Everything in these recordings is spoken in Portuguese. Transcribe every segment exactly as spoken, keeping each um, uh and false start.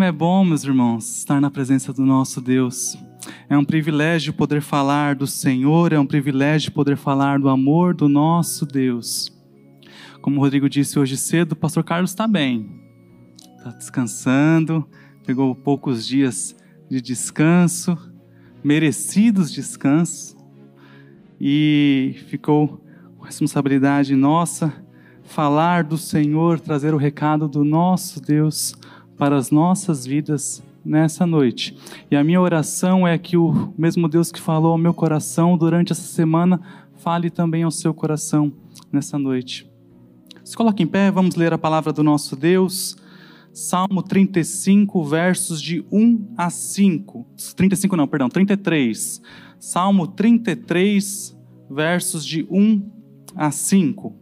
Como é bom, meus irmãos, estar na presença do nosso Deus. É um privilégio poder falar do Senhor, é um privilégio poder falar do amor do nosso Deus. Como o Rodrigo disse hoje cedo, o pastor Carlos está bem. Está descansando, pegou poucos dias de descanso, merecidos descansos, e ficou com responsabilidade nossa falar do Senhor, trazer o recado do nosso Deus para as nossas vidas nessa noite. E a minha oração é que o mesmo Deus que falou ao meu coração durante essa semana, fale também ao seu coração nessa noite. Se coloque em pé, vamos ler a palavra do nosso Deus. Salmo trinta e cinco, versos de um a cinco. trinta e cinco não, perdão, trinta e três. Salmo trinta e três, versos de um a cinco.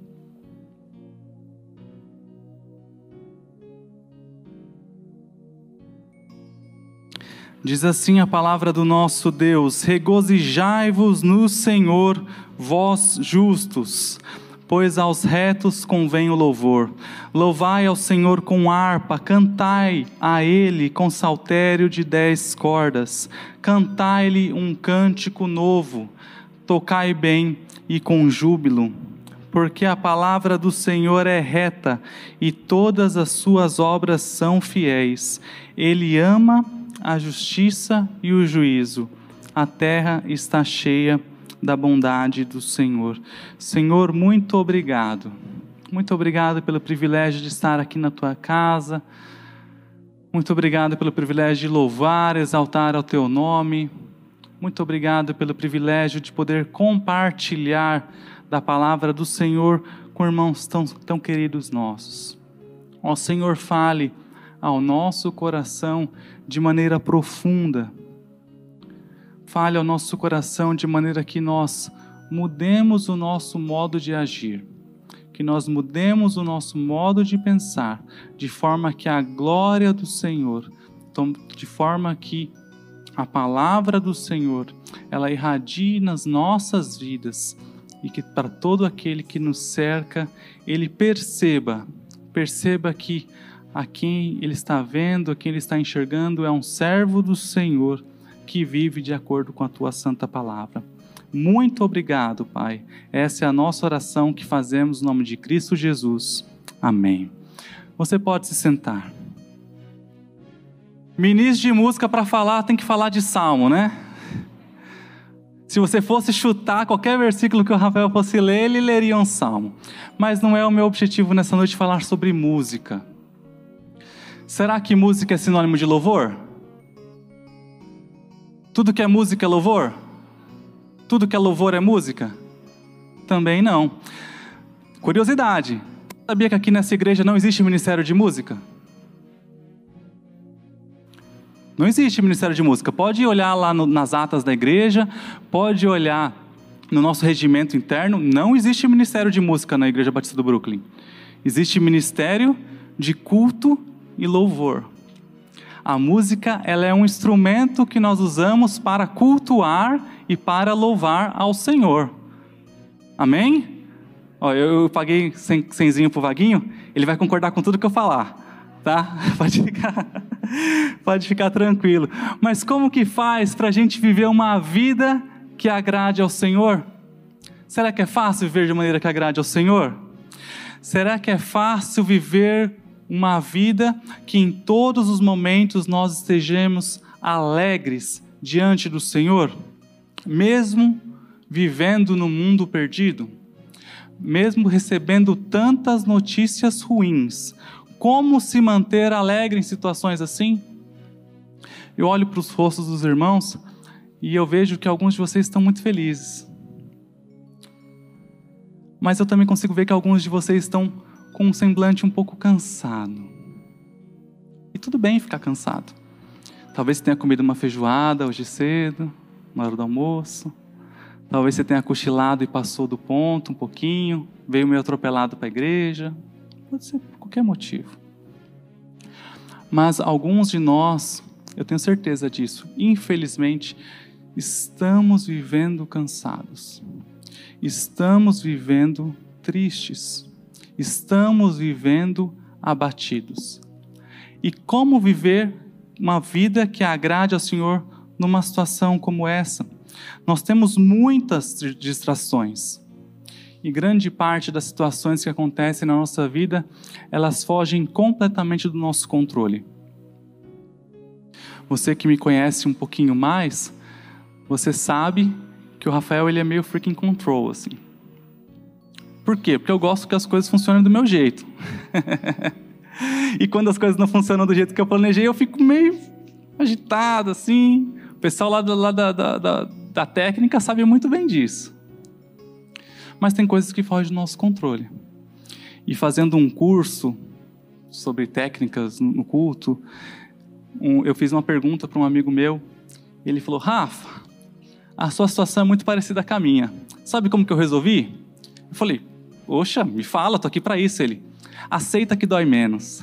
Diz assim a palavra do nosso Deus: regozijai-vos no Senhor, vós justos, pois aos retos convém o louvor. Louvai ao Senhor com harpa, cantai a Ele com saltério de dez cordas. Cantai-lhe um cântico novo, tocai bem e com júbilo. Porque a palavra do Senhor é reta e todas as suas obras são fiéis. Ele ama a justiça e o juízo. A terra está cheia da bondade do Senhor. Senhor, muito obrigado. Muito obrigado pelo privilégio de estar aqui na tua casa. Muito obrigado pelo privilégio de louvar, exaltar ao teu nome. Muito obrigado pelo privilégio de poder compartilhar da palavra do Senhor com irmãos tão, tão queridos nossos. Ó Senhor, fale ao nosso coração de maneira profunda. Fale ao nosso coração de maneira que nós mudemos o nosso modo de agir, que nós mudemos o nosso modo de pensar, de forma que a glória do Senhor, de forma que a palavra do Senhor, ela irradie nas nossas vidas, e que para todo aquele que nos cerca, ele perceba, perceba que a quem ele está vendo, a quem ele está enxergando, é um servo do Senhor que vive de acordo com a tua santa palavra. Muito obrigado, Pai. Essa é a nossa oração que fazemos no nome de Cristo Jesus. Amém. Você pode se sentar. Ministro de música para falar tem que falar de salmo, né? Se você fosse chutar qualquer versículo que o Rafael fosse ler, ele leria um salmo. Mas não é o meu objetivo nessa noite falar sobre música. Será que música é sinônimo de louvor? Tudo que é música é louvor? Tudo que é louvor é música? Também não. Curiosidade, sabia que aqui nessa igreja não existe ministério de música? Não existe ministério de música. Pode olhar lá no, nas atas da igreja, pode olhar no nosso regimento interno, não existe ministério de música na Igreja Batista do Brooklyn. Existe ministério de culto e louvor. A música, ela é um instrumento que nós usamos para cultuar e para louvar ao Senhor. Amém? Ó, eu, eu paguei cem, cenzinho pro Vaguinho, ele vai concordar com tudo que eu falar, tá? Pode ficar, pode ficar tranquilo. Mas como que faz para a gente viver uma vida que agrade ao Senhor? Será que é fácil viver de maneira que agrade ao Senhor? Será que é fácil viver uma vida que em todos os momentos nós estejamos alegres diante do Senhor, mesmo vivendo no mundo perdido, mesmo recebendo tantas notícias ruins? Como se manter alegre em situações assim? Eu olho para os rostos dos irmãos e eu vejo que alguns de vocês estão muito felizes, mas eu também consigo ver que alguns de vocês estão com um semblante um pouco cansado. E tudo bem ficar cansado. Talvez você tenha comido uma feijoada hoje cedo, na hora do almoço. Talvez você tenha cochilado e passou do ponto um pouquinho, veio meio atropelado para a igreja. Pode ser por qualquer motivo. Mas alguns de nós, eu tenho certeza disso, infelizmente, estamos vivendo cansados. Estamos vivendo tristes. Estamos vivendo abatidos. E como viver uma vida que agrade ao Senhor numa situação como essa? Nós temos muitas distrações. E grande parte das situações que acontecem na nossa vida, elas fogem completamente do nosso controle. Você que me conhece um pouquinho mais, você sabe que o Rafael ele é meio freaking control, assim. Por quê? Porque eu gosto que as coisas funcionem do meu jeito. E quando as coisas não funcionam do jeito que eu planejei, eu fico meio agitado, assim. O pessoal lá, lá da, da, da, da técnica sabe muito bem disso. Mas tem coisas que fogem do nosso controle. E fazendo um curso sobre técnicas no culto, um, eu fiz uma pergunta para um amigo meu. Ele falou: Rafa, a sua situação é muito parecida com a minha. Sabe como que eu resolvi? Eu falei: poxa, me fala, estou aqui para isso. Ele: aceita que dói menos.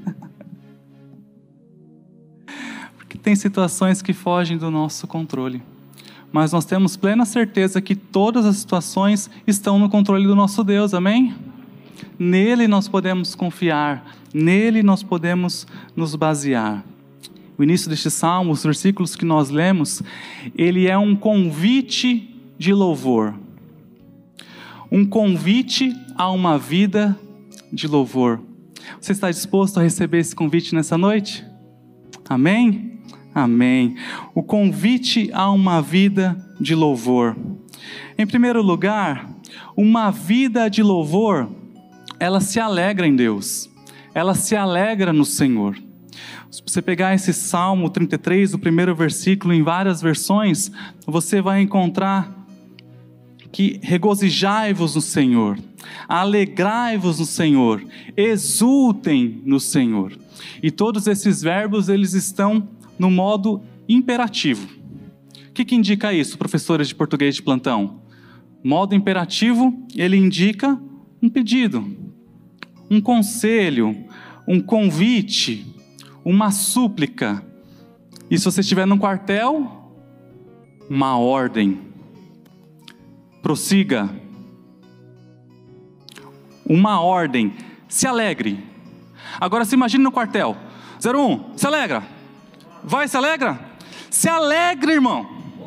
Porque tem situações que fogem do nosso controle. Mas nós temos plena certeza que todas as situações estão no controle do nosso Deus, amém? Nele nós podemos confiar, nele nós podemos nos basear. O início deste salmo, os versículos que nós lemos, ele é um convite de louvor. Um convite a uma vida de louvor. Você está disposto a receber esse convite nessa noite? Amém? Amém. O convite a uma vida de louvor. Em primeiro lugar, uma vida de louvor, ela se alegra em Deus. Ela se alegra no Senhor. Se você pegar esse Salmo trinta e três, o primeiro versículo, em várias versões, você vai encontrar que regozijai-vos no Senhor, alegrai-vos no Senhor, exultem no Senhor. E todos esses verbos, eles estão no modo imperativo. O que, que indica isso, professores de português de plantão? Modo imperativo, ele indica um pedido, um conselho, um convite, uma súplica. E se você estiver no quartel, uma ordem. Prossiga. Uma ordem. Se alegre. Agora se imagine no quartel. zero um, se alegra. Vai, se alegra? Se alegre, irmão.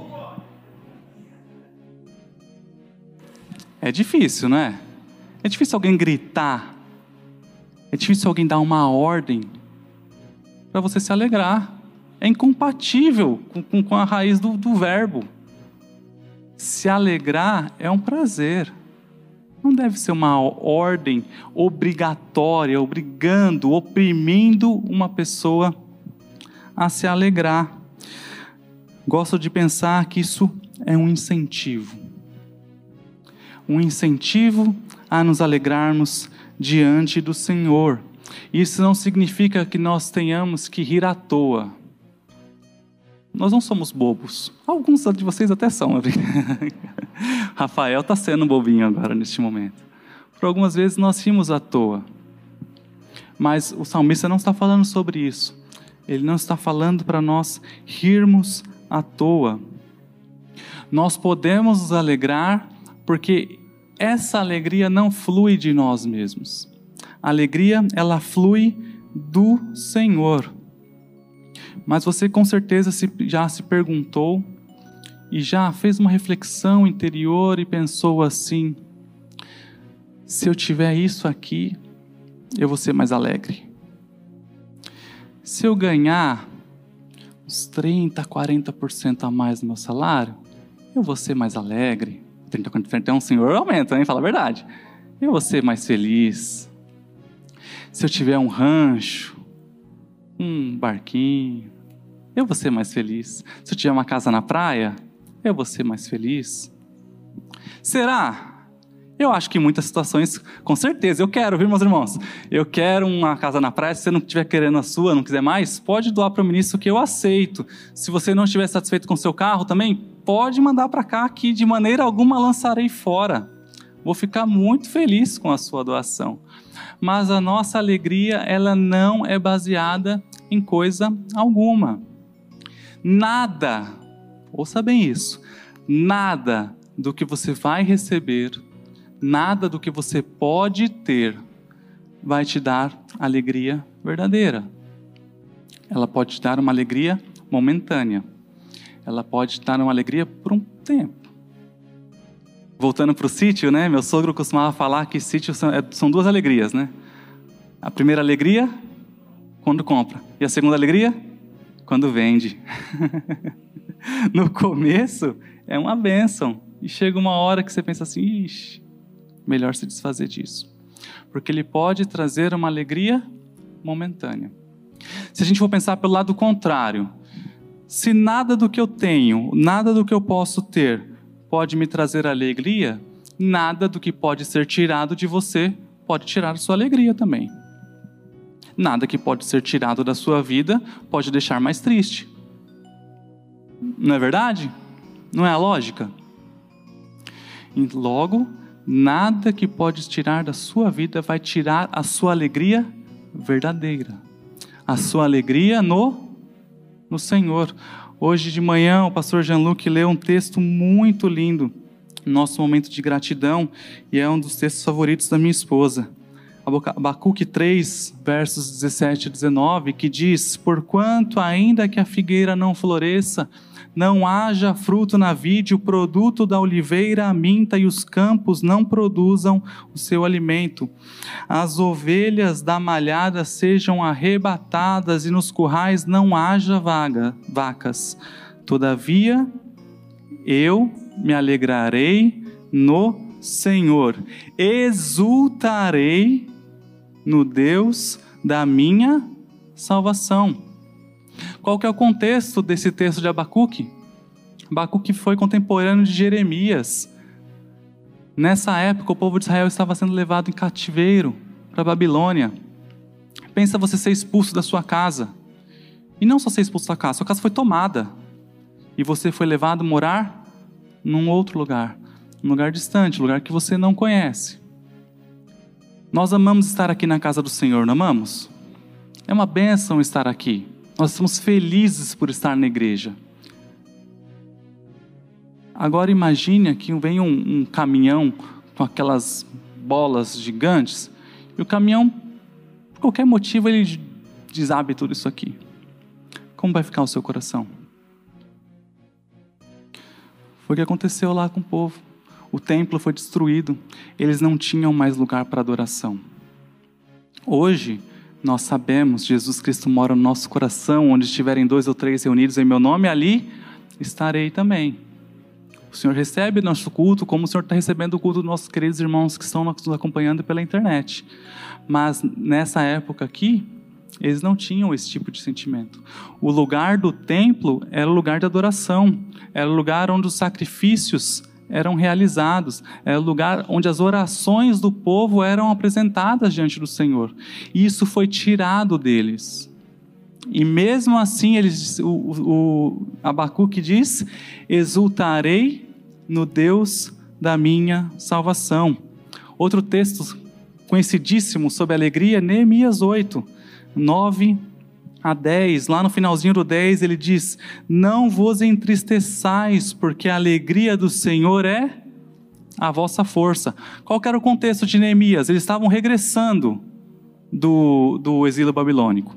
É difícil, não é? É difícil alguém gritar. É difícil alguém dar uma ordem para você se alegrar. É incompatível com, com, com a raiz do, do verbo. Se alegrar é um prazer. Não deve ser uma ordem obrigatória, obrigando, oprimindo uma pessoa a se alegrar. Gosto de pensar que isso é um incentivo. Um incentivo a nos alegrarmos diante do Senhor. Isso não significa que nós tenhamos que rir à toa. Nós não somos bobos. Alguns de vocês até são. Rafael está sendo bobinho agora, neste momento. Por algumas vezes nós rimos à toa. Mas o salmista não está falando sobre isso. Ele não está falando para nós rirmos à toa. Nós podemos nos alegrar porque essa alegria não flui de nós mesmos. A alegria, ela flui do Senhor. Mas você com certeza já se perguntou e já fez uma reflexão interior e pensou assim: se eu tiver isso aqui, eu vou ser mais alegre. Se eu ganhar uns trinta, quarenta por cento a mais no meu salário, eu vou ser mais alegre. trinta, quarenta por cento é um senhor aumenta, hein? Fala a verdade. Eu vou ser mais feliz. Se eu tiver um rancho, um barquinho, eu vou ser mais feliz. Se eu tiver uma casa na praia, eu vou ser mais feliz. Será? Eu acho que em muitas situações, com certeza, eu quero, viu, meus irmãos? Eu quero uma casa na praia. Se você não estiver querendo a sua, não quiser mais, pode doar para o ministro que eu aceito. Se você não estiver satisfeito com o seu carro também, pode mandar para cá que de maneira alguma lançarei fora. Vou ficar muito feliz com a sua doação. Mas a nossa alegria, ela não é baseada em coisa alguma. Nada, ouça bem isso, nada do que você vai receber, nada do que você pode ter, vai te dar alegria verdadeira. ela pode te dar uma alegria momentânea. Ela pode te dar uma alegria por um tempo. Voltando para o sítio, né? Meu sogro costumava falar que sítio são, é, são duas alegrias, né? A primeira alegria, quando compra. E a segunda alegria, quando vende. No começo, é uma bênção. E chega uma hora que você pensa assim, ixi, melhor se desfazer disso. Porque ele pode trazer uma alegria momentânea. Se a gente for pensar pelo lado contrário, se nada do que eu tenho, nada do que eu posso ter, pode me trazer alegria, nada do que pode ser tirado de você pode tirar a sua alegria também. Nada que pode ser tirado da sua vida pode deixar mais triste. Não é verdade? Não é a lógica? E logo, nada que pode tirar da sua vida vai tirar a sua alegria verdadeira. A sua alegria no, no Senhor. Hoje de manhã o pastor Jean-Luc leu um texto muito lindo, nosso momento de gratidão, e é um dos textos favoritos da minha esposa. Abacuque três, versos dezessete e dezenove, que diz: porquanto ainda que a figueira não floresça, não haja fruto na vide, o produto da oliveira, a minta e os campos não produzam o seu alimento. As ovelhas da malhada sejam arrebatadas e nos currais não haja vaga, vacas. Todavia, eu me alegrarei no Senhor, exultarei no Deus da minha salvação. Qual que é o contexto desse texto de Abacuque? Abacuque foi contemporâneo de Jeremias. Nessa época, o povo de Israel estava sendo levado em cativeiro para a Babilônia. Pensa você ser expulso da sua casa. E não só ser expulso da casa, sua casa foi tomada. E você foi levado a morar num outro lugar. Um lugar distante, um lugar que você não conhece. Nós amamos estar aqui na casa do Senhor, não amamos? É uma bênção estar aqui. Nós estamos felizes por estar na igreja. Agora imagine que vem um, um caminhão com aquelas bolas gigantes, e o caminhão, por qualquer motivo, ele desabe tudo isso aqui. Como vai ficar o seu coração? Foi o que aconteceu lá com o povo. O templo foi destruído. Eles não tinham mais lugar para adoração. Hoje, nós sabemos, Jesus Cristo mora no nosso coração, onde estiverem dois ou três reunidos em meu nome, ali estarei também. O Senhor recebe nosso culto, como o Senhor está recebendo o culto dos nossos queridos irmãos que estão nos acompanhando pela internet. Mas nessa época aqui, eles não tinham esse tipo de sentimento. O lugar do templo era o lugar de adoração, era o lugar onde os sacrifícios eram realizados, era o lugar onde as orações do povo eram apresentadas diante do Senhor. E isso foi tirado deles. E mesmo assim, eles, o, o Abacuque diz: exultarei no Deus da minha salvação. Outro texto conhecidíssimo sobre alegria, Neemias oito, nove a dez, lá no finalzinho do dez, ele diz: não vos entristeçais, porque a alegria do Senhor é a vossa força. Qual que era o contexto de Neemias? Eles estavam regressando do, do exílio babilônico.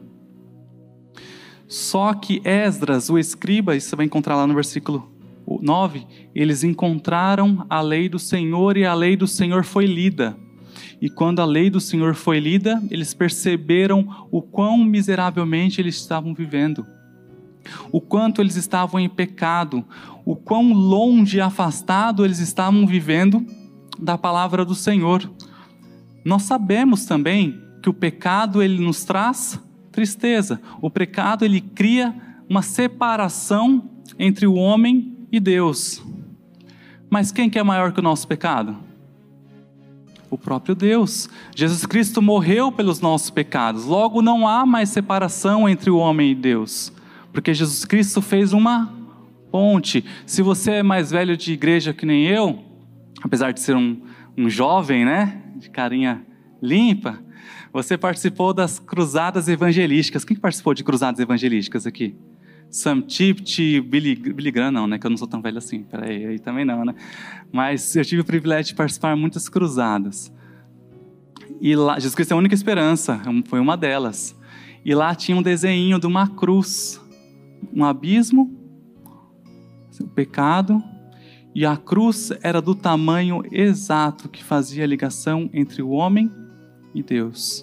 Só que Esdras, o escriba, isso você vai encontrar lá no versículo nove, eles encontraram a lei do Senhor e a lei do Senhor foi lida. E quando a lei do Senhor foi lida, eles perceberam o quão miseravelmente eles estavam vivendo. O quanto eles estavam em pecado, o quão longe e afastado eles estavam vivendo da palavra do Senhor. Nós sabemos também que o pecado ele nos traz tristeza. O pecado ele cria uma separação entre o homem e Deus. Mas quem que é maior que o nosso pecado? O próprio Deus. Jesus Cristo morreu pelos nossos pecados. Logo não há mais separação entre o homem e Deus. Porque Jesus Cristo fez uma ponte. Se você é mais velho de igreja que nem eu, apesar de ser um, um jovem, né? De carinha limpa, você participou das cruzadas evangelísticas. Quem participou de cruzadas evangelísticas aqui? Sam Tipti, Billy, Billy Graham não, né? Que eu não sou tão velho assim. Peraí, aí também não, né? Mas eu tive o privilégio de participar de muitas cruzadas. E lá, Jesus Cristo é a única esperança, foi uma delas. E lá tinha um desenho de uma cruz, um abismo, o pecado, e a cruz era do tamanho exato que fazia a ligação entre o homem e Deus.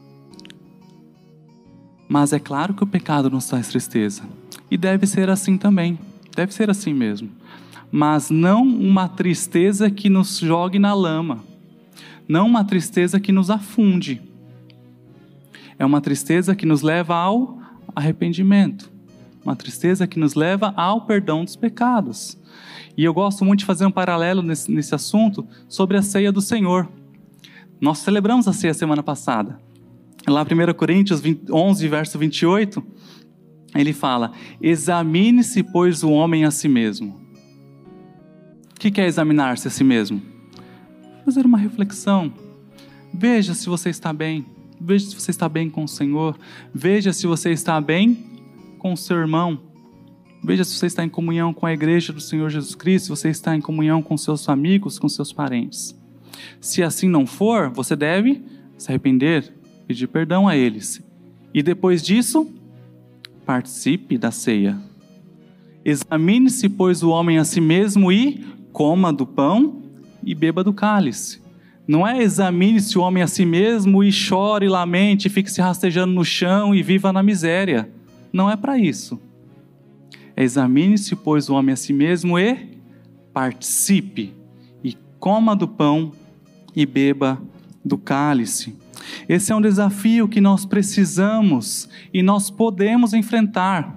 Mas é claro que o pecado nos traz tristeza. E deve ser assim também. Deve ser assim mesmo. Mas não uma tristeza que nos jogue na lama. Não uma tristeza que nos afunde. É uma tristeza que nos leva ao arrependimento. Uma tristeza que nos leva ao perdão dos pecados. E eu gosto muito de fazer um paralelo nesse, nesse assunto sobre a ceia do Senhor. Nós celebramos a ceia semana passada. Lá em primeira Coríntios onze, verso vinte e oito, ele fala: examine-se, pois, o homem a si mesmo. O que é examinar-se a si mesmo? Fazer uma reflexão. Veja se você está bem. Veja se você está bem com o Senhor. Veja se você está bem com o seu irmão. Veja se você está em comunhão com a igreja do Senhor Jesus Cristo. Se você está em comunhão com seus amigos, com seus parentes. Se assim não for, você deve se arrepender, pedir perdão a eles. E depois disso, participe da ceia. Examine-se, pois, o homem a si mesmo e coma do pão e beba do cálice. Não é examine-se o homem a si mesmo e chore, lamente, fique se rastejando no chão e viva na miséria. Não é para isso. Examine-se, pois, o homem a si mesmo e participe. E coma do pão e beba do cálice. Esse é um desafio que nós precisamos e nós podemos enfrentar.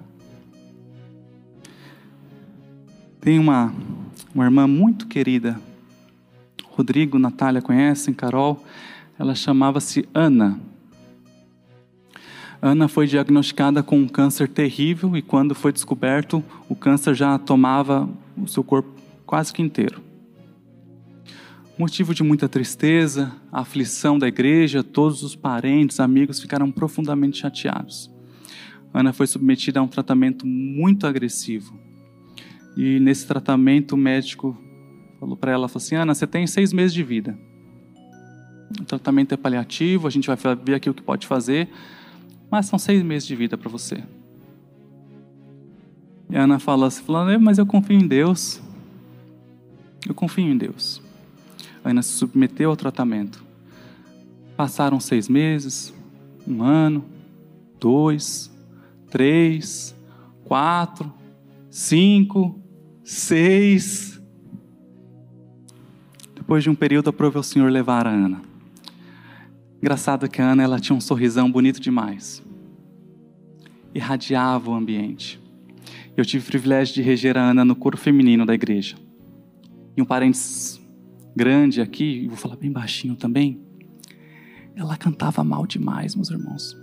Tem uma, uma irmã muito querida, Rodrigo, Natália conhecem, Carol, ela chamava-se Ana. Ana foi diagnosticada com um câncer terrível e quando foi descoberto, o câncer já tomava o seu corpo quase que inteiro. Motivo de muita tristeza, a aflição da igreja, todos os parentes, amigos ficaram profundamente chateados. Ana foi submetida a um tratamento muito agressivo. E nesse tratamento o médico falou para ela, falou assim: Ana, você tem seis meses de vida. O tratamento é paliativo, a gente vai ver aqui o que pode fazer, mas são seis meses de vida para você. E a Ana falou assim, falando, mas eu confio em Deus. Eu confio em Deus. A Ana se submeteu ao tratamento. Passaram seis meses, um ano, dois, três, quatro, cinco, seis. Depois de um período, aprovou o Senhor levar a Ana. Engraçado que a Ana ela tinha um sorrisão bonito demais. Irradiava o ambiente. Eu tive o privilégio de reger a Ana no coro feminino da igreja. E um parênteses grande aqui, vou falar bem baixinho também. Ela cantava mal demais, meus irmãos.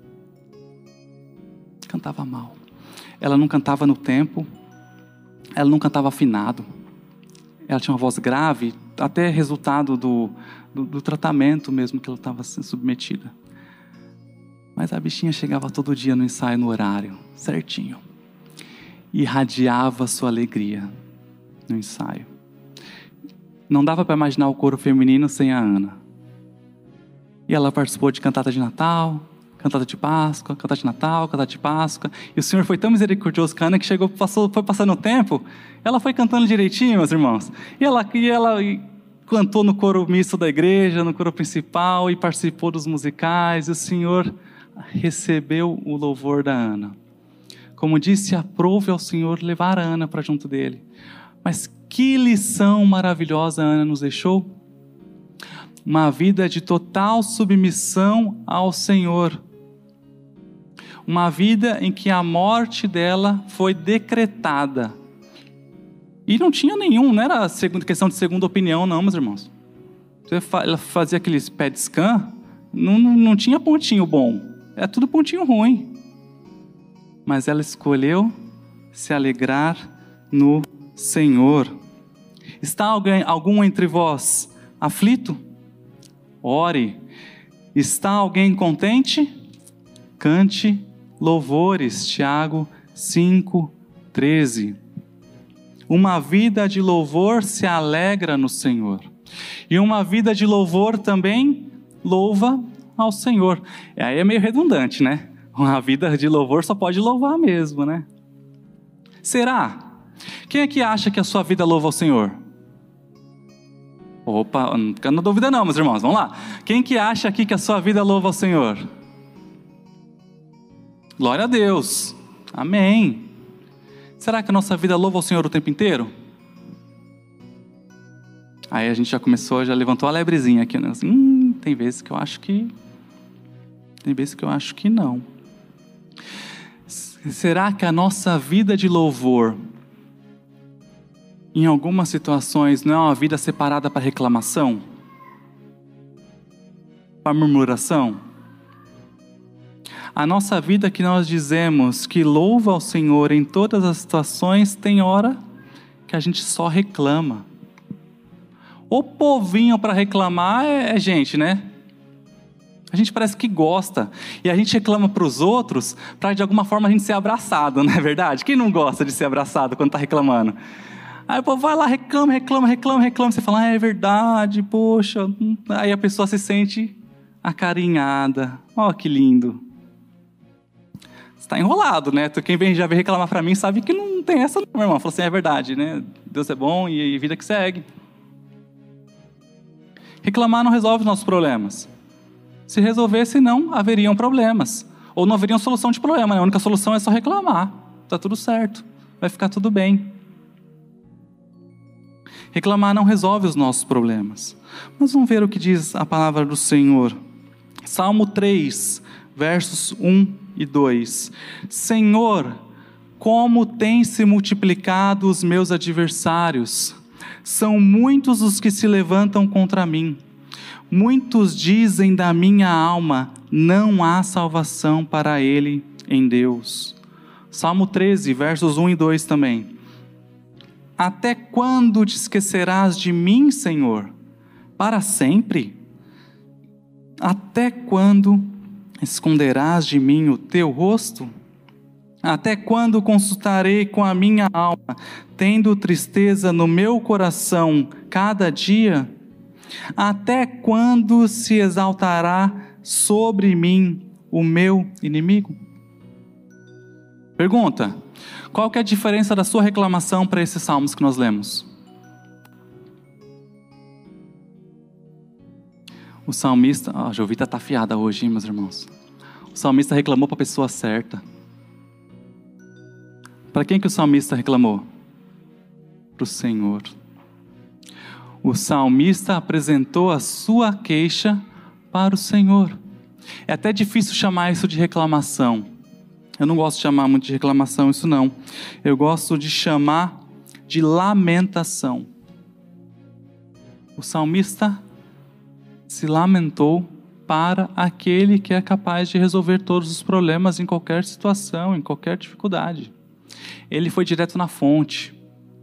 Cantava mal. Ela não cantava no tempo. Ela não cantava afinado. Ela tinha uma voz grave, até resultado do, do, do tratamento mesmo que ela estava sendo submetida. Mas a bichinha chegava todo dia no ensaio, no horário, certinho. E irradiava sua alegria no ensaio. Não dava para imaginar o coro feminino sem a Ana. E ela participou de cantata de Natal, cantata de Páscoa, cantata de Natal, cantata de Páscoa. E o Senhor foi tão misericordioso com a Ana que chegou, passou, foi passando o tempo, ela foi cantando direitinho, meus irmãos. E ela, e ela cantou no coro misto da igreja, no coro principal, e participou dos musicais. E o Senhor recebeu o louvor da Ana. Como disse, aprove ao Senhor levar a Ana para junto dele. Mas que lição maravilhosa a Ana nos deixou. Uma vida de total submissão ao Senhor. Uma vida em que a morte dela foi decretada. E não tinha nenhum, não era questão de segunda opinião não, meus irmãos. Ela fazia aqueles P E T scan, não, não, não tinha pontinho bom. Era tudo pontinho ruim. Mas ela escolheu se alegrar no Senhor. Está alguém, algum entre vós aflito? Ore. Está alguém contente? Cante louvores. Tiago cinco, treze. Uma vida de louvor se alegra no Senhor. E uma vida de louvor também louva ao Senhor. Aí é meio redundante, né? A vida de louvor só pode louvar mesmo, né? Será? Quem é que acha que a sua vida louva ao Senhor? Opa, não fica na dúvida não, meus irmãos, vamos lá. Quem que acha aqui que a sua vida louva ao Senhor? Glória a Deus. Amém. Será que a nossa vida louva ao Senhor o tempo inteiro? Aí a gente já começou, já levantou a lebrezinha aqui, né? Hum, tem vezes que eu acho que... Tem vezes que eu acho que não. Será que a nossa vida de louvor, em algumas situações, não é uma vida separada para reclamação? Para murmuração? A nossa vida que nós dizemos que louva ao Senhor em todas as situações, tem hora que a gente só reclama. O povinho para reclamar é, é gente, né? A gente parece que gosta. E a gente reclama para os outros para de alguma forma a gente ser abraçado, não é verdade? Quem não gosta de ser abraçado quando está reclamando? Aí o povo vai lá, reclama, reclama, reclama, reclama. Você fala, ah, é verdade, poxa. Aí a pessoa se sente acarinhada. Ó, que lindo. Você está enrolado, né? Quem vem, já vem reclamar para mim sabe que não tem essa não, meu irmão. Fala assim, é verdade, né? Deus é bom e vida que segue. Reclamar não resolve os nossos problemas. Se resolvesse, não haveriam problemas. Ou não haveriam solução de problema, né? A única solução é só reclamar. Está tudo certo. Vai ficar tudo bem. Reclamar não resolve os nossos problemas. Mas vamos ver o que diz a palavra do Senhor. Salmo três, versos um e dois. Senhor, como têm se multiplicado os meus adversários. São muitos os que se levantam contra mim. Muitos dizem da minha alma, não há salvação para ele em Deus. Salmo treze, versos um e dois também. Até quando te esquecerás de mim, Senhor? Para sempre? Até quando esconderás de mim o teu rosto? Até quando consultarei com a minha alma, tendo tristeza no meu coração cada dia? Até quando se exaltará sobre mim o meu inimigo? Pergunta: qual que é a diferença da sua reclamação para esses salmos que nós lemos? O salmista, a Jovita está afiada hoje, hein, meus irmãos? O salmista reclamou para a pessoa certa. Para quem que o salmista reclamou? Para o Senhor. O salmista apresentou a sua queixa para o Senhor. É até difícil chamar isso de reclamação. Eu não gosto de chamar muito de reclamação isso não. Eu gosto de chamar de lamentação. O salmista se lamentou para aquele que é capaz de resolver todos os problemas em qualquer situação, em qualquer dificuldade. Ele foi direto na fonte.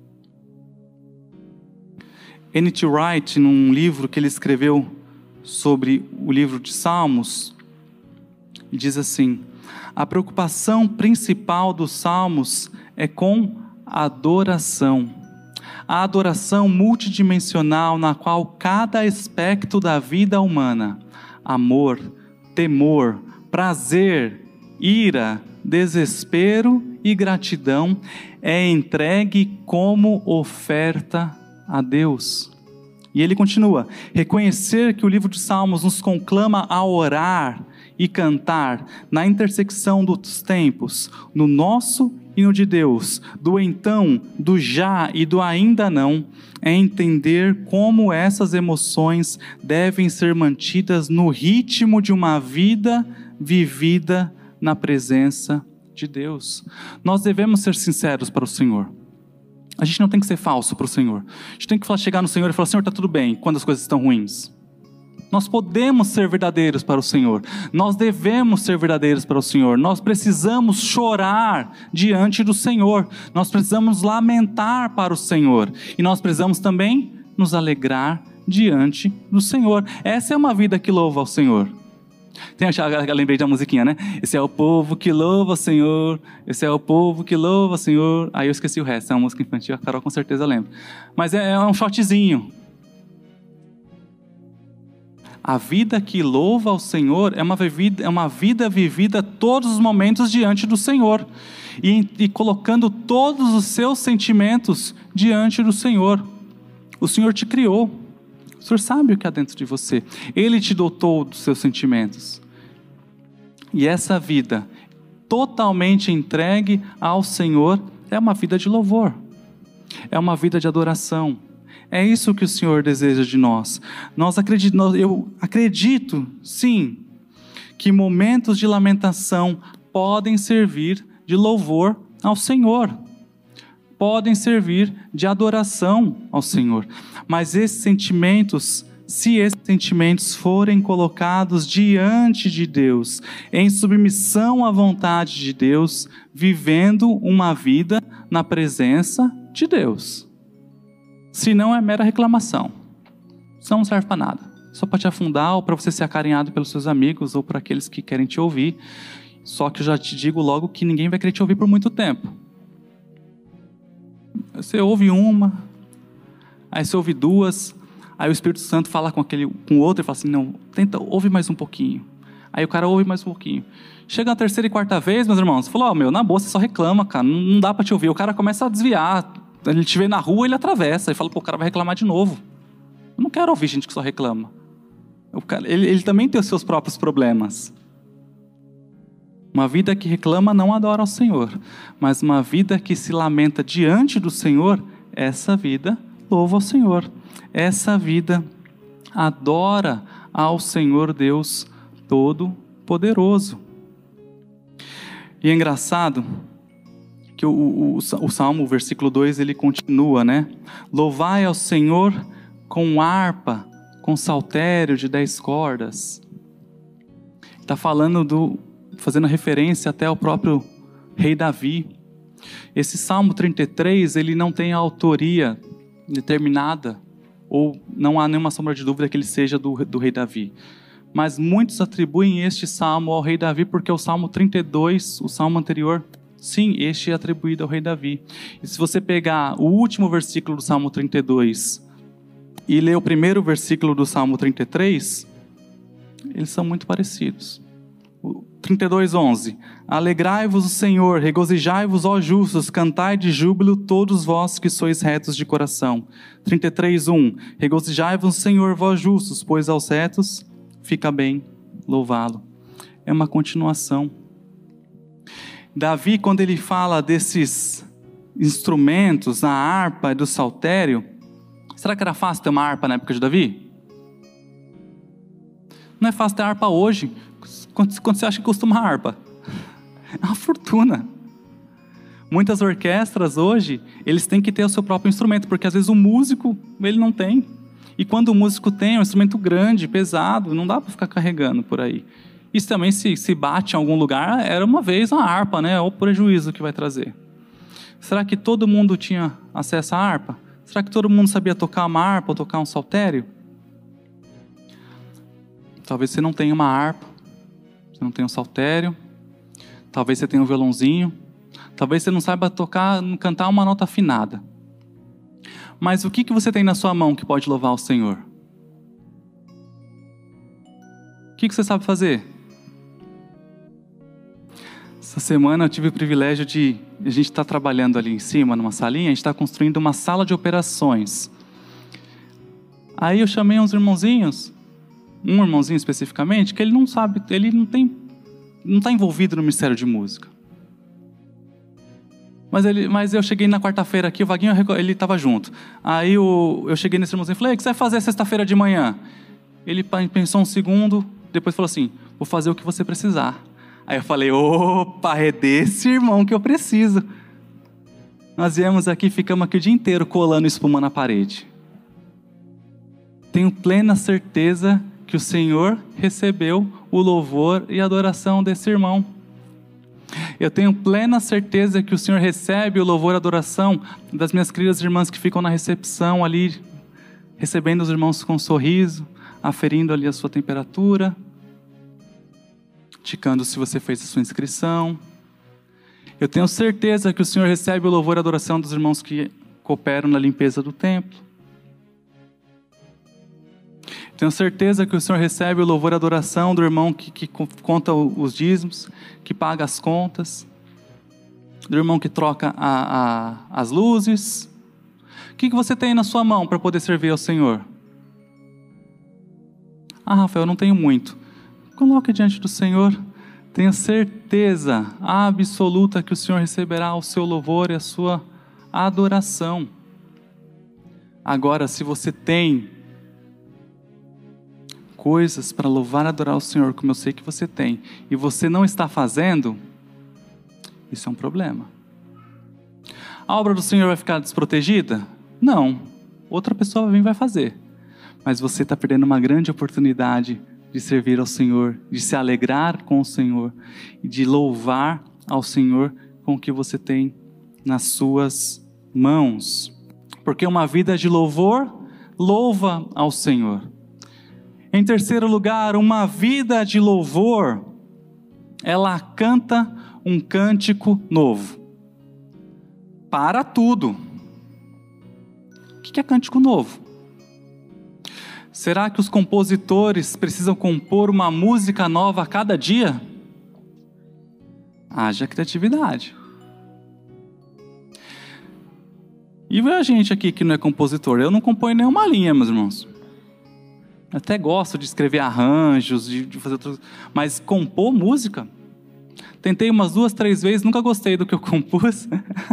N T Wright, num livro que ele escreveu sobre o livro de Salmos, diz assim: a preocupação principal dos Salmos é com a adoração. A adoração multidimensional na qual cada aspecto da vida humana, amor, temor, prazer, ira, desespero e gratidão, é entregue como oferta a Deus. E ele continua: reconhecer que o livro de Salmos nos conclama a orar e cantar na intersecção dos tempos, no nosso e no de Deus, do então, do já e do ainda não, é entender como essas emoções devem ser mantidas no ritmo de uma vida vivida na presença de Deus. Nós devemos ser sinceros para o Senhor. A gente não tem que ser falso para o Senhor. A gente tem que chegar no Senhor e falar: Senhor, está tudo bem, quando as coisas estão ruins. Nós podemos ser verdadeiros para o Senhor. Nós devemos ser verdadeiros para o Senhor. Nós precisamos chorar diante do Senhor. Nós precisamos lamentar para o Senhor. E nós precisamos também nos alegrar diante do Senhor. Essa é uma vida que louva ao Senhor. Tem, eu lembrei da musiquinha, né? Esse é o povo que louva o Senhor. Esse é o povo que louva o Senhor. Aí eu esqueci o resto. É uma música infantil, a Carol com certeza lembra. Mas é, é um shotzinho. A vida que louva ao Senhor é uma vida, é uma vida vivida todos os momentos diante do Senhor. E, e colocando todos os seus sentimentos diante do Senhor. O Senhor te criou. O Senhor sabe o que há dentro de você. Ele te dotou dos seus sentimentos. E essa vida totalmente entregue ao Senhor é uma vida de louvor. É uma vida de adoração. É isso que o Senhor deseja de nós. Nós acredito, eu acredito, sim, que momentos de lamentação podem servir de louvor ao Senhor. Podem servir de adoração ao Senhor. Mas esses sentimentos, se esses sentimentos forem colocados diante de Deus, em submissão à vontade de Deus, vivendo uma vida na presença de Deus. Se não, é mera reclamação. Isso não serve para nada. Só para te afundar, ou para você ser acarinhado pelos seus amigos, ou por aqueles que querem te ouvir. Só que eu já te digo logo que ninguém vai querer te ouvir por muito tempo. Você ouve uma, aí você ouve duas, aí o Espírito Santo fala com aquele, com o outro e fala assim, não, tenta, ouve mais um pouquinho. Aí o cara ouve mais um pouquinho. Chega a terceira e quarta vez, meus irmãos, você falou, oh, meu, na boa, você só reclama, cara, não, não dá para te ouvir. O cara começa a desviar. Ele te vê na rua, ele atravessa e fala, pô, o cara vai reclamar de novo. Eu não quero ouvir gente que só reclama. O cara, ele, ele também tem os seus próprios problemas. Uma vida que reclama não adora ao Senhor, mas uma vida que se lamenta diante do Senhor, essa vida louva ao Senhor. Essa vida adora ao Senhor Deus Todo-Poderoso. E é engraçado que o, o, o Salmo, o versículo dois, ele continua, né? Louvai ao Senhor com harpa, com saltério de dez cordas. Está falando do, fazendo referência até ao próprio rei Davi. Esse Salmo trinta e três, ele não tem a autoria determinada, ou não há nenhuma sombra de dúvida que ele seja do, do rei Davi. Mas muitos atribuem este Salmo ao rei Davi, porque o Salmo trinta e dois, o Salmo anterior, sim, este é atribuído ao rei Davi. E se você pegar o último versículo do Salmo trinta e dois e ler o primeiro versículo do Salmo trinta e três, eles são muito parecidos. O trinta e dois, onze. Alegrai-vos o Senhor, regozijai-vos, ó justos, cantai de júbilo todos vós que sois retos de coração. trinta e três, um. Regozijai-vos o Senhor, vós justos, pois aos retos fica bem louvá-lo. É uma continuação. Davi, quando ele fala desses instrumentos, a harpa e do saltério, será que era fácil ter uma harpa na época de Davi? Não é fácil ter harpa hoje. Quando, quando você acha que custa uma harpa? É uma fortuna. Muitas orquestras hoje, eles têm que ter o seu próprio instrumento, porque às vezes o músico, ele não tem. E quando o músico tem, é um instrumento grande, pesado, não dá para ficar carregando por aí. Isso também, se, se bate em algum lugar, era uma vez uma harpa, né? Olha o prejuízo que vai trazer. Será que todo mundo tinha acesso à harpa? Será que todo mundo sabia tocar uma harpa ou tocar um saltério? Talvez você não tenha uma harpa, você não tenha um saltério, talvez você tenha um violãozinho, talvez você não saiba tocar, cantar uma nota afinada. Mas o que, que você tem na sua mão que pode louvar o Senhor? O que, que você sabe fazer? Essa semana eu tive o privilégio de... A gente está trabalhando ali em cima, numa salinha, a gente está construindo uma sala de operações. Aí eu chamei uns irmãozinhos, um irmãozinho especificamente, que ele não sabe, ele não tem, não está envolvido no ministério de música. Mas, ele, mas eu cheguei na quarta-feira aqui, o Vaguinho, ele estava junto. Aí eu, eu cheguei nesse irmãozinho e falei, o que você vai fazer sexta-feira de manhã? Ele pensou um segundo, depois falou assim, vou fazer o que você precisar. Aí eu falei, opa, é desse irmão que eu preciso. Nós viemos aqui, ficamos aqui o dia inteiro colando espuma na parede. Tenho plena certeza que o Senhor recebeu o louvor e a adoração desse irmão. Eu tenho plena certeza que o Senhor recebe o louvor e a adoração das minhas queridas irmãs que ficam na recepção ali, recebendo os irmãos com um sorriso, aferindo ali a sua temperatura, ticando se você fez a sua inscrição. Eu tenho certeza que o Senhor recebe o louvor e a adoração dos irmãos que cooperam na limpeza do templo. Tenho certeza que o Senhor recebe o louvor e a adoração do irmão que, que conta os dízimos, que paga as contas, do irmão que troca a, a, as luzes. O que, que você tem na sua mão para poder servir ao Senhor? Ah, Rafael, eu não tenho muito. Coloque diante do Senhor. Tenha certeza absoluta que o Senhor receberá o seu louvor e a sua adoração. Agora, se você tem coisas para louvar e adorar o Senhor, como eu sei que você tem, e você não está fazendo, isso é um problema. A obra do Senhor vai ficar desprotegida? Não. Outra pessoa vai vir e vai fazer. Mas você está perdendo uma grande oportunidade de servir ao Senhor, de se alegrar com o Senhor e de louvar ao Senhor com o que você tem nas suas mãos. Porque uma vida de louvor louva ao Senhor. Em terceiro lugar, uma vida de louvor, ela canta um cântico novo. Para tudo. O que é cântico novo? Será que os compositores precisam compor uma música nova a cada dia? Haja criatividade. E a gente aqui que não é compositor, eu não componho nenhuma linha, meus irmãos. Eu até gosto de escrever arranjos, de, de fazer outras, mas compor música? Tentei umas duas, três vezes, nunca gostei do que eu compus.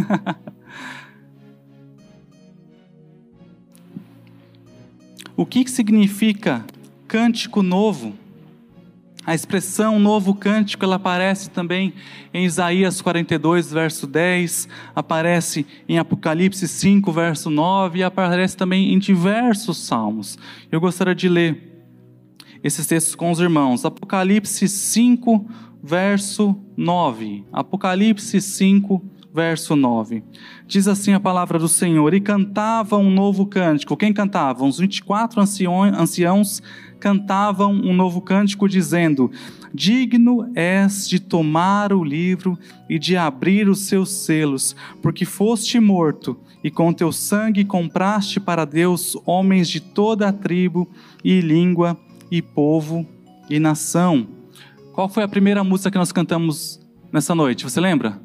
O que, que significa cântico novo? A expressão novo cântico, ela aparece também em Isaías quarenta e dois, verso dez, aparece em Apocalipse cinco, verso nove, e aparece também em diversos salmos. Eu gostaria de ler esses textos com os irmãos. Apocalipse cinco, verso nove. Apocalipse cinco, verso nove. Diz assim a palavra do Senhor: e cantava um novo cântico. Quem cantava? Os vinte e quatro anciãos cantavam um novo cântico, dizendo: digno és de tomar o livro e de abrir os seus selos, porque foste morto, e com teu sangue compraste para Deus homens de toda a tribo, e língua, e povo, e nação. Qual foi a primeira música que nós cantamos nessa noite? Você lembra?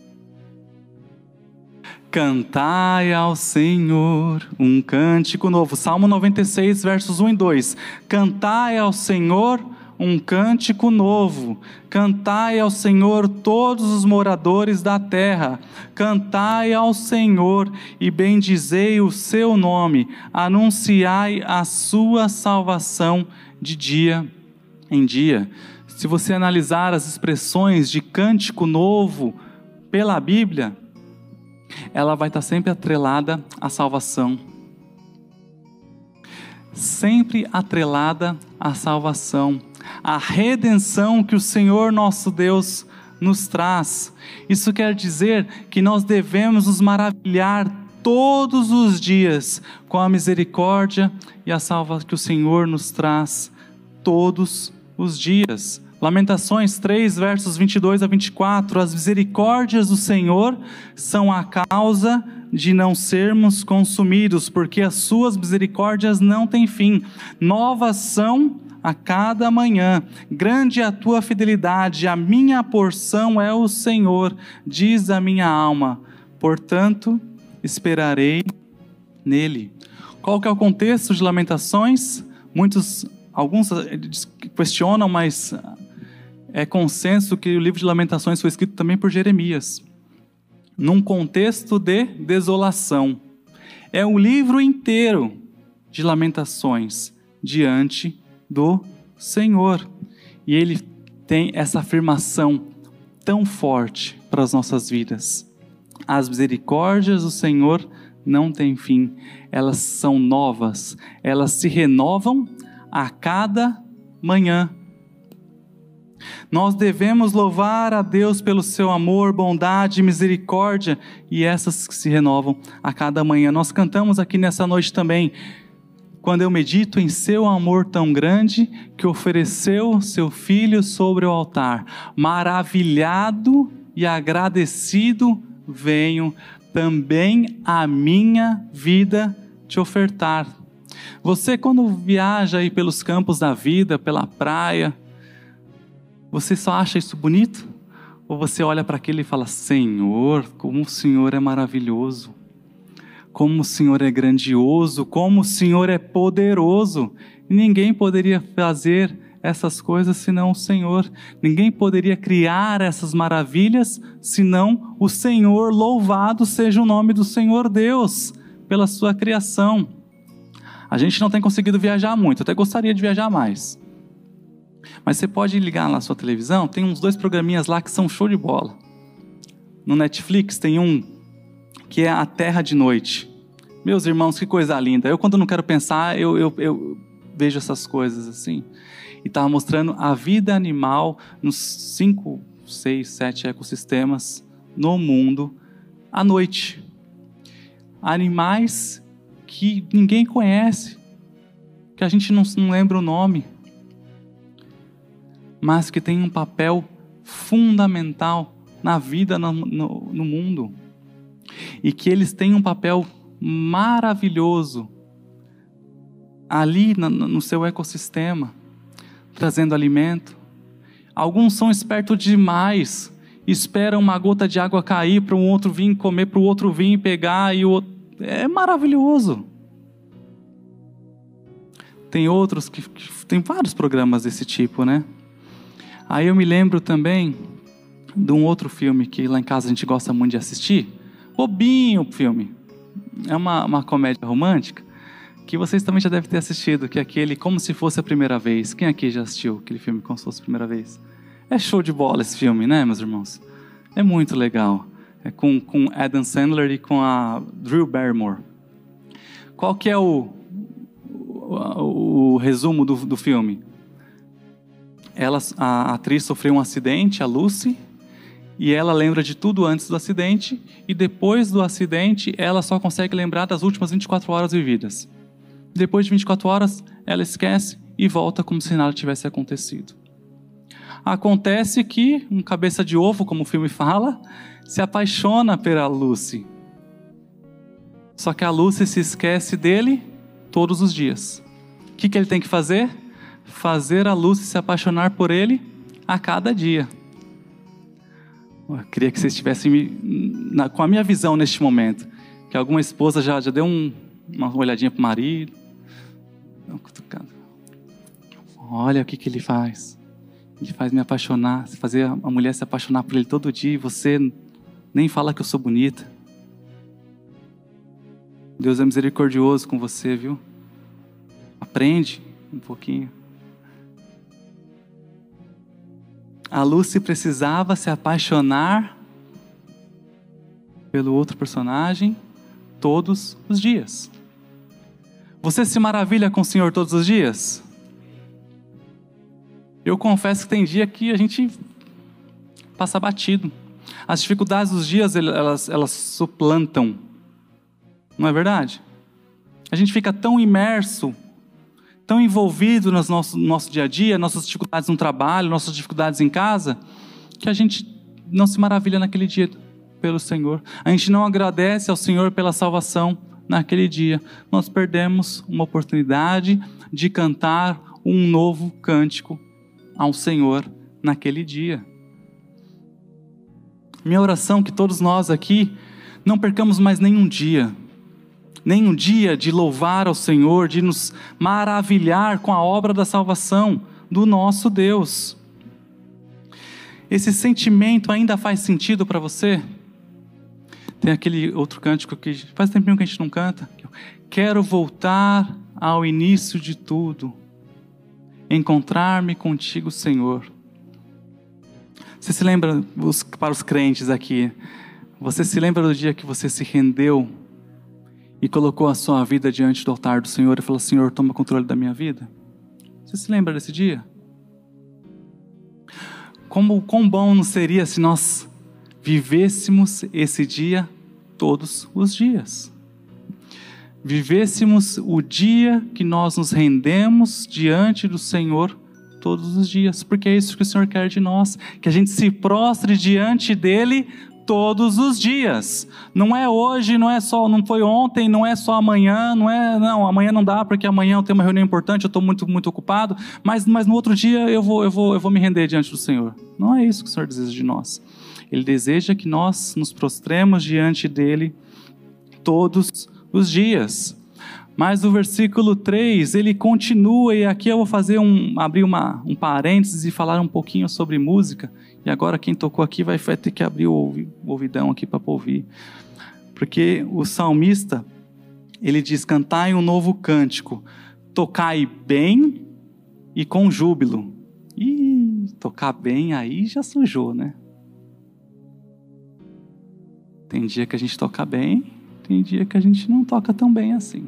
Cantai ao Senhor um cântico novo. Salmo noventa e seis, versos um e dois. Cantai ao Senhor um cântico novo. Cantai ao Senhor todos os moradores da terra. Cantai ao Senhor e bendizei o seu nome. Anunciai a sua salvação de dia em dia. Se você analisar as expressões de cântico novo pela Bíblia, ela vai estar sempre atrelada à salvação. Sempre atrelada à salvação. A redenção que o Senhor nosso Deus nos traz. Isso quer dizer que nós devemos nos maravilhar todos os dias com a misericórdia e a salvação que o Senhor nos traz todos os dias. Lamentações três, versos vinte e dois a vinte e quatro. As misericórdias do Senhor são a causa de não sermos consumidos, porque as suas misericórdias não têm fim. Novas são a cada manhã. Grande é a tua fidelidade, a minha porção é o Senhor, diz a minha alma. Portanto, esperarei nele. Qual que é o contexto de Lamentações? Muitos, alguns questionam, mas é consenso que o livro de Lamentações foi escrito também por Jeremias, num contexto de desolação. É o livro inteiro de Lamentações diante do Senhor. E ele tem essa afirmação tão forte para as nossas vidas. As misericórdias do Senhor não têm fim. Elas são novas. Elas se renovam a cada manhã. Nós devemos louvar a Deus pelo seu amor, bondade e misericórdia, e essas que se renovam a cada manhã. Nós cantamos aqui nessa noite também: quando eu medito em seu amor tão grande, que ofereceu seu filho sobre o altar, maravilhado e agradecido venho também a minha vida te ofertar. Você, quando viaja aí pelos campos da vida, pela praia, você só acha isso bonito? Ou você olha para aquilo e fala: Senhor, como o Senhor é maravilhoso, como o Senhor é grandioso, como o Senhor é poderoso. Ninguém poderia fazer essas coisas senão o Senhor. Ninguém poderia criar essas maravilhas senão o Senhor. Louvado seja o nome do Senhor Deus pela sua criação. A gente não tem conseguido viajar muito, eu até gostaria de viajar mais. Mas você pode ligar na sua televisão, tem uns dois programinhas lá que são show de bola. No Netflix tem um que é A Terra de Noite. Meus irmãos, que coisa linda. Eu, quando não quero pensar, eu, eu, eu vejo essas coisas assim. E estava mostrando a vida animal nos cinco, seis, sete ecossistemas no mundo à noite. Animais que ninguém conhece, que a gente não, não lembra o nome, mas que tem um papel fundamental na vida no, no, no mundo. E que eles têm um papel maravilhoso ali no, no seu ecossistema, trazendo alimento. Alguns são espertos demais, esperam uma gota de água cair para um outro vir comer, para o outro vir pegar, e o outro... é maravilhoso. Tem outros que, que tem vários programas desse tipo, né? Aí eu me lembro também de um outro filme que lá em casa a gente gosta muito de assistir. Bobinho o filme. É uma, uma comédia romântica que vocês também já devem ter assistido, que é aquele Como Se Fosse a Primeira Vez. Quem aqui já assistiu aquele filme Como Se Fosse a Primeira Vez? É show de bola esse filme, né, meus irmãos? É muito legal. É com, com Adam Sandler e com a Drew Barrymore. Qual que é o, o, o resumo do, do filme? Ela, a atriz sofreu um acidente, a Lucy, e ela lembra de tudo antes do acidente, e depois do acidente ela só consegue lembrar das últimas vinte e quatro horas vividas. Depois de vinte e quatro horas, ela esquece e volta como se nada tivesse acontecido. Acontece que um cabeça de ovo, como o filme fala, se apaixona pela Lucy. Só que a Lucy se esquece dele todos os dias. O que, que ele tem que fazer? Fazer a Lucy se apaixonar por ele a cada dia. Eu queria que vocês estivessem na, com a minha visão neste momento. Que alguma esposa já, já deu um, uma olhadinha para o marido. Olha o que, que ele faz. Ele faz me apaixonar, fazer a mulher se apaixonar por ele todo dia, e você nem fala que eu sou bonita. Deus é misericordioso com você, viu? Aprende um pouquinho. A Lucy precisava se apaixonar pelo outro personagem todos os dias. Você se maravilha com o Senhor todos os dias? Eu confesso que tem dia que a gente passa batido. As dificuldades dos dias, elas, elas suplantam. Não é verdade? A gente fica tão imerso, tão envolvido no nosso, no nosso dia a dia, nossas dificuldades no trabalho, nossas dificuldades em casa, que a gente não se maravilha naquele dia pelo Senhor. A gente não agradece ao Senhor pela salvação naquele dia. Nós perdemos uma oportunidade de cantar um novo cântico ao Senhor naquele dia. Minha oração é que todos nós aqui não percamos mais nenhum dia, nenhum dia de louvar ao Senhor, de nos maravilhar com a obra da salvação do nosso Deus. Esse sentimento ainda faz sentido para você? Tem aquele outro cântico que faz tempinho que a gente não canta. Quero voltar ao início de tudo, encontrar-me contigo, Senhor. Você se lembra, para os crentes aqui, você se lembra do dia que você se rendeu e colocou a sua vida diante do altar do Senhor e falou: Senhor, toma controle da minha vida? Você se lembra desse dia? Como, quão bom não seria se nós vivêssemos esse dia todos os dias? Vivêssemos o dia que nós nos rendemos diante do Senhor todos os dias, porque é isso que o Senhor quer de nós, que a gente se prostre diante dEle todos os dias. Não é hoje, não é só, não foi ontem, não é só amanhã, não é, não, amanhã não dá porque amanhã eu tenho uma reunião importante, eu estou muito, muito ocupado, mas, mas no outro dia eu vou, eu vou, eu vou me render diante do Senhor. Não é isso que o Senhor deseja de nós. Ele deseja que nós nos prostremos diante dele todos os dias. Mas o versículo três, ele continua, e aqui eu vou fazer um, abrir uma, um parênteses e falar um pouquinho sobre música. E agora quem tocou aqui vai, vai ter que abrir o, o ouvidão aqui para ouvir. Porque o salmista, ele diz, cantai um novo cântico, tocai bem e com júbilo. Ih, tocar bem aí já sujou, né? Tem dia que a gente toca bem, tem dia que a gente não toca tão bem assim.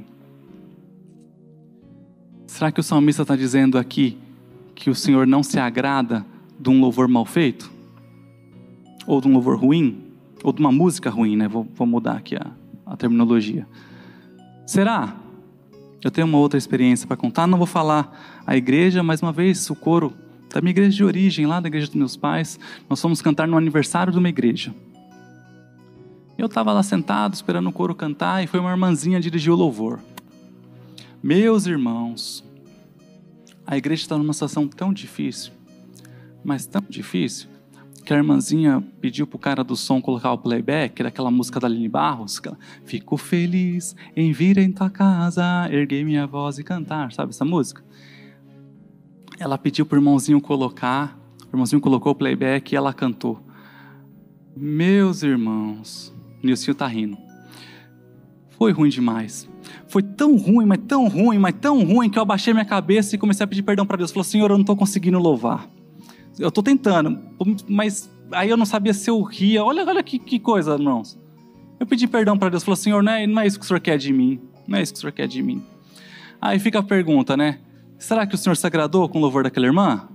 Será que o salmista está dizendo aqui que o Senhor não se agrada de um louvor mal feito? Ou de um louvor ruim? Ou de uma música ruim, né? Vou, vou mudar aqui a, a terminologia. Será? Eu tenho uma outra experiência para contar. Não vou falar a igreja, mas uma vez o coro da minha igreja de origem, lá da igreja dos meus pais, nós fomos cantar no aniversário de uma igreja. Eu estava lá sentado, esperando o coro cantar, e foi uma irmãzinha dirigir o louvor. Meus irmãos, a igreja está numa situação tão difícil, mas tão difícil, que a irmãzinha pediu para o cara do som colocar o playback, daquela música da Aline Barros, que ela, fico feliz em vir em tua casa, erguei minha voz e cantar, sabe essa música? Ela pediu para o irmãozinho colocar, o irmãozinho colocou o playback e ela cantou. Meus irmãos, o Nilcinho está rindo. Foi ruim demais. Foi tão ruim, mas tão ruim, mas tão ruim, que eu abaixei minha cabeça e comecei a pedir perdão para Deus. Falei, Senhor, eu não estou conseguindo louvar. Eu estou tentando, mas aí eu não sabia se eu ria. Olha, olha que, que coisa, irmãos. Eu pedi perdão para Deus. Falei, Senhor, não é, não é isso que o Senhor quer de mim. Não é isso que o Senhor quer de mim. Aí fica a pergunta, né? Será que o Senhor se agradou com o louvor daquela irmã?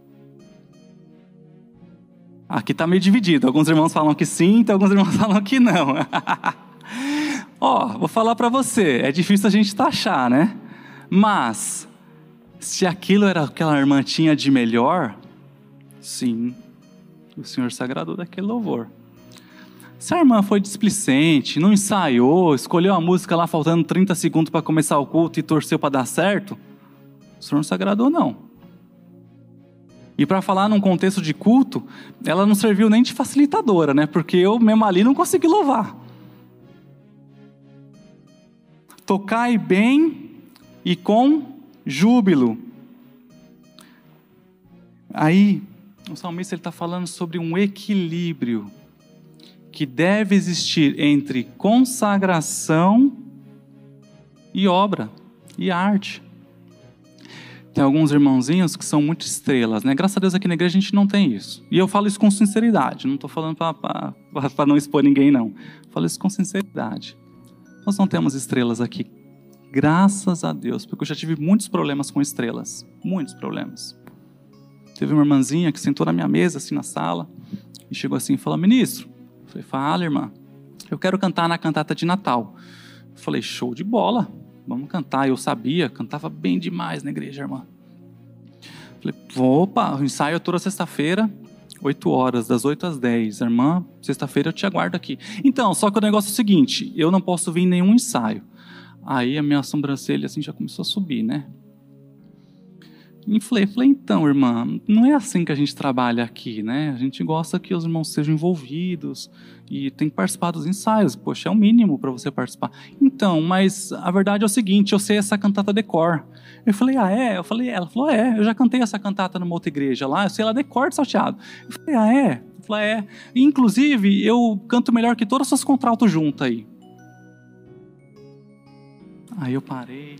Aqui está meio dividido. Alguns irmãos falam que sim, então alguns irmãos falam que não. Ó, oh, vou falar para você, é difícil a gente taxar, né? Mas, se aquilo era o que aquela irmã tinha de melhor, sim, o Senhor se agradou daquele louvor. Se a irmã foi displicente, não ensaiou, escolheu a música lá faltando trinta segundos para começar o culto e torceu para dar certo, o Senhor não se agradou não. E para falar num contexto de culto, ela não serviu nem de facilitadora, né? Porque eu mesmo ali não consegui louvar. Tocai bem e com júbilo. Aí, o salmista está falando sobre um equilíbrio que deve existir entre consagração e obra, e arte. Tem alguns irmãozinhos que são muito estrelas, né? Graças a Deus aqui na igreja a gente não tem isso. E eu falo isso com sinceridade, não estou falando para não expor ninguém, não. Falo isso com sinceridade. Nós não temos estrelas aqui, graças a Deus, porque eu já tive muitos problemas com estrelas, muitos problemas. Teve uma irmãzinha que sentou na minha mesa, assim, na sala, e chegou assim e falou, ministro, eu falei, fala, irmã, eu quero cantar na cantata de Natal. Eu falei, show de bola, vamos cantar. Eu sabia, cantava bem demais na igreja, irmã. Eu falei, opa, o ensaio é toda sexta-feira, oito horas, das oito às dez. Irmã, sexta-feira eu te aguardo aqui. Então, só que o negócio é o seguinte, eu não posso vir em nenhum ensaio. Aí a minha sobrancelha assim já começou a subir, né? E falei, falei, então, irmã, não é assim que a gente trabalha aqui, né? A gente gosta que os irmãos sejam envolvidos e tem que participar dos ensaios. Poxa, é o mínimo para você participar. Então, mas a verdade é o seguinte, eu sei essa cantata de cor. Eu falei, ah, é? Eu falei, ela falou, é, eu já cantei essa cantata numa outra igreja lá, eu sei ela de cor de salteado. Eu falei, ah, é? Eu falei, é. Inclusive, eu canto melhor que todas as suas contraltos juntas aí. Aí eu parei.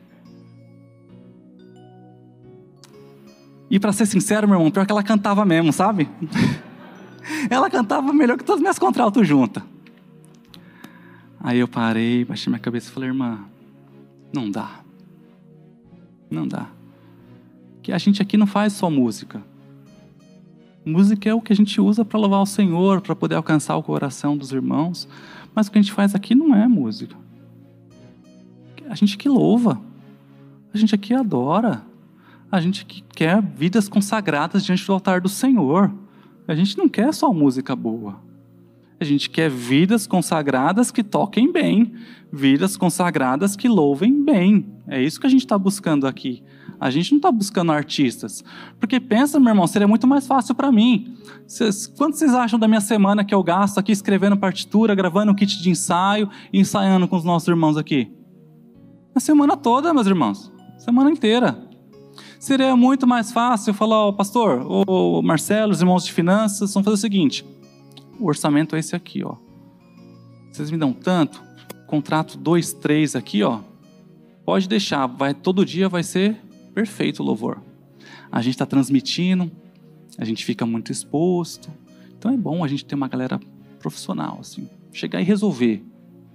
E para ser sincero, meu irmão, pior que ela cantava mesmo, sabe? Ela cantava melhor que todas as minhas contraltos juntas. Aí eu parei, baixei minha cabeça e falei, irmã, não dá. Não dá. Porque a gente aqui não faz só música. Música é o que a gente usa para louvar o Senhor, para poder alcançar o coração dos irmãos. Mas o que a gente faz aqui não é música. A gente que louva. A gente aqui adora. A gente que quer vidas consagradas diante do altar do Senhor. A gente não quer só música boa. A gente quer vidas consagradas que toquem bem, vidas consagradas que louvem bem. É isso que a gente está buscando aqui. A gente não está buscando artistas. Porque pensa, meu irmão, seria muito mais fácil para mim. Cês, quanto vocês acham da minha semana que eu gasto aqui escrevendo partitura, gravando um kit de ensaio e ensaiando com os nossos irmãos aqui? A semana toda, meus irmãos. Semana inteira. Seria muito mais fácil falar, ó, pastor, ô Marcelo, os irmãos de finanças, vamos fazer o seguinte. O orçamento é esse aqui, ó. Vocês me dão tanto, contrato dois, três aqui, ó. Pode deixar, vai, todo dia vai ser perfeito o louvor. A gente está transmitindo, a gente fica muito exposto. Então é bom a gente ter uma galera profissional, assim, chegar e resolver.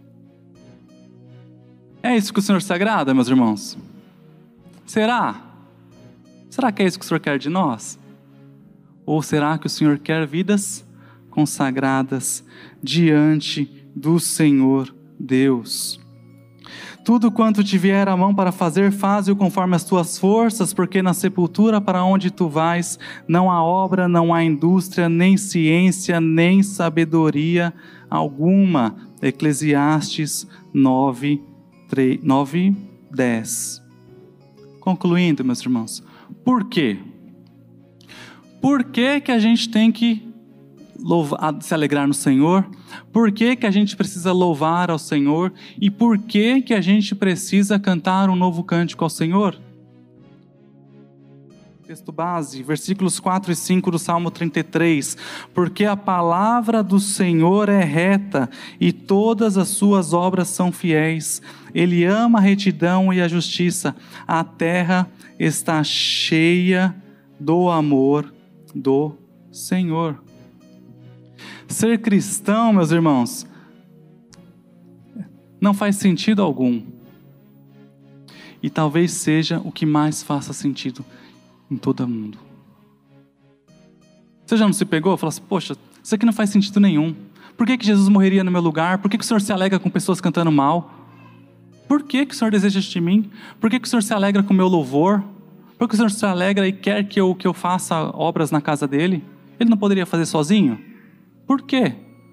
É isso que o Senhor se agrada, meus irmãos? Será? Será que é isso que o Senhor quer de nós? Ou será que o Senhor quer vidas consagradas diante do Senhor Deus? Tudo quanto te vier à mão para fazer, faze-o conforme as tuas forças, porque na sepultura para onde tu vais, não há obra, não há indústria, nem ciência, nem sabedoria alguma. Eclesiastes nove, dez. Concluindo, meus irmãos, por quê? Por que que a gente tem que louvar, se alegrar no Senhor? Por que que a gente precisa louvar ao Senhor? E por que que a gente precisa cantar um novo cântico ao Senhor? Texto base, versículos quatro e cinco do Salmo trinta e três. Porque a palavra do Senhor é reta e todas as suas obras são fiéis. Ele ama a retidão e a justiça. A terra está cheia do amor do Senhor. Ser cristão, meus irmãos, não faz sentido algum. E talvez seja o que mais faça sentido em todo mundo. Você já não se pegou e falou assim, poxa, isso aqui não faz sentido nenhum. Por que que Jesus morreria no meu lugar? Por que que o Senhor se alegra com pessoas cantando mal? Por que que o Senhor deseja isso de mim? Por que que o Senhor se alegra com o meu louvor? Por que o Senhor se alegra e quer que eu, que eu faça obras na casa dele? Ele não poderia fazer sozinho? Por quê?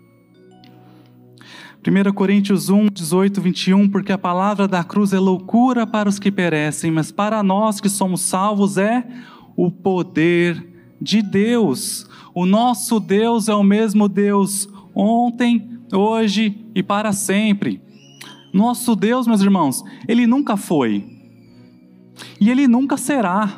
primeira Coríntios um, dezoito, vinte e um, porque a palavra da cruz é loucura para os que perecem, mas para nós que somos salvos é o poder de Deus. O nosso Deus é o mesmo Deus ontem, hoje e para sempre. Nosso Deus, meus irmãos, Ele nunca foi e Ele nunca será.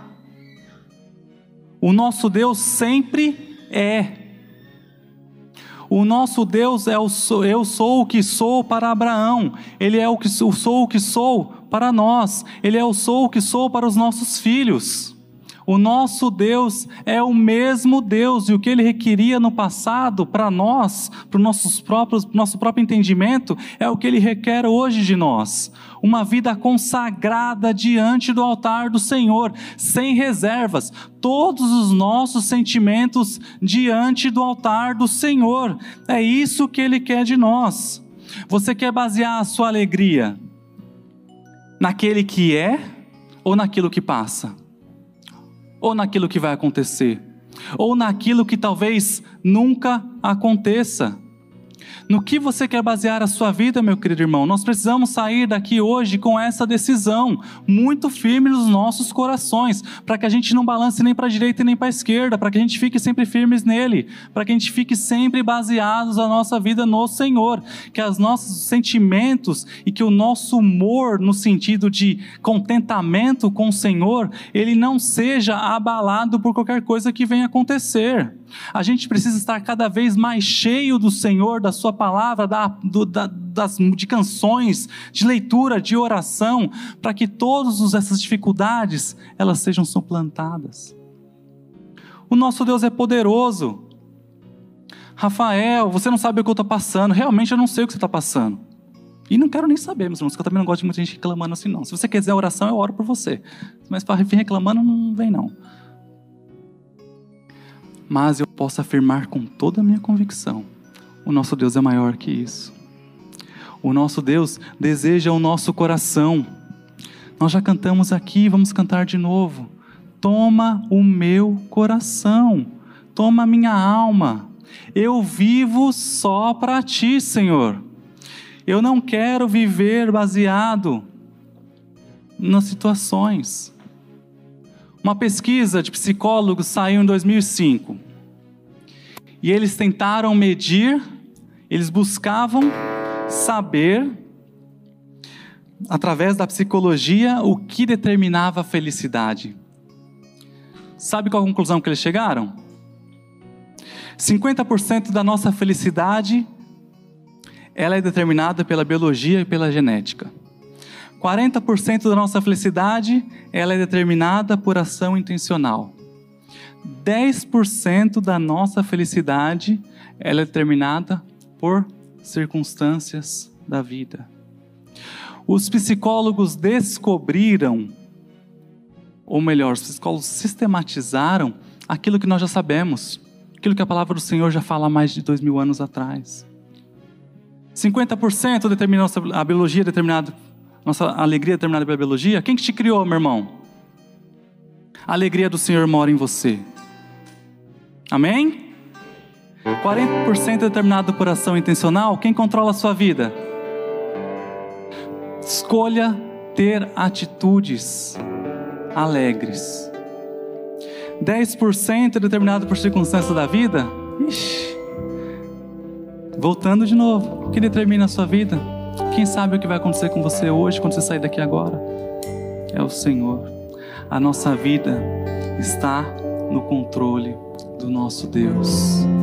O nosso Deus sempre é. O nosso Deus é o eu sou o que sou para Abraão. Ele é o que eu sou o que sou para nós. Ele é o sou o que sou para os nossos filhos. O nosso Deus é o mesmo Deus, e o que Ele requeria no passado para nós, para o nossos próprios, nosso próprio entendimento, é o que Ele requer hoje de nós. Uma vida consagrada diante do altar do Senhor, sem reservas, todos os nossos sentimentos diante do altar do Senhor. É isso que Ele quer de nós. Você quer basear a sua alegria naquele que é ou naquilo que passa? Ou naquilo que vai acontecer, ou naquilo que talvez nunca aconteça? No que você quer basear a sua vida, meu querido irmão? Nós precisamos sair daqui hoje com essa decisão, muito firme nos nossos corações, para que a gente não balance nem para a direita nem para a esquerda, para que a gente fique sempre firmes nele, para que a gente fique sempre baseados a nossa vida no Senhor, que os nossos sentimentos e que o nosso humor, no sentido de contentamento com o Senhor, ele não seja abalado por qualquer coisa que venha acontecer. A gente precisa estar cada vez mais cheio do Senhor, da sua palavra, da, do, da, das, de canções, de leitura, de oração, para que todas essas dificuldades, elas sejam suplantadas. O nosso Deus é poderoso. Rafael, você não sabe o que eu estou passando. Realmente eu não sei o que você está passando. E não quero nem saber, meus irmãos, porque eu também não gosto de muita gente reclamando assim, não. Se você quiser oração, eu oro por você. Mas para vir reclamando, não vem não. Mas eu posso afirmar com toda a minha convicção, o nosso Deus é maior que isso. O nosso Deus deseja o nosso coração. Nós já cantamos aqui, vamos cantar de novo. Toma o meu coração, toma a minha alma, Eu vivo só para ti, Senhor. Eu não quero viver baseado nas situações. Uma pesquisa de psicólogos saiu em dois mil e cinco. E eles tentaram medir, eles buscavam saber, através da psicologia, o que determinava a felicidade. Sabe qual a conclusão que eles chegaram? cinquenta por cento da nossa felicidade, ela é determinada pela biologia e pela genética. quarenta por cento da nossa felicidade, ela é determinada por ação intencional. dez por cento da nossa felicidade, ela é determinada por circunstâncias da vida. Os psicólogos descobriram, ou melhor, os psicólogos sistematizaram aquilo que nós já sabemos, aquilo que a palavra do Senhor já fala há mais de dois mil anos atrás. cinquenta por cento determina nossa, a biologia determinada, nossa alegria determinada pela biologia. Quem que te criou, meu irmão? A alegria do Senhor mora em você. Amém? quarenta por cento é determinado por ação intencional. Quem controla a sua vida? Escolha ter atitudes alegres. dez por cento é determinado por circunstâncias da vida. Ixi. Voltando de novo, o que determina a sua vida? Quem sabe o que vai acontecer com você hoje, quando você sair daqui agora? É o Senhor. A nossa vida está no controle do nosso Deus.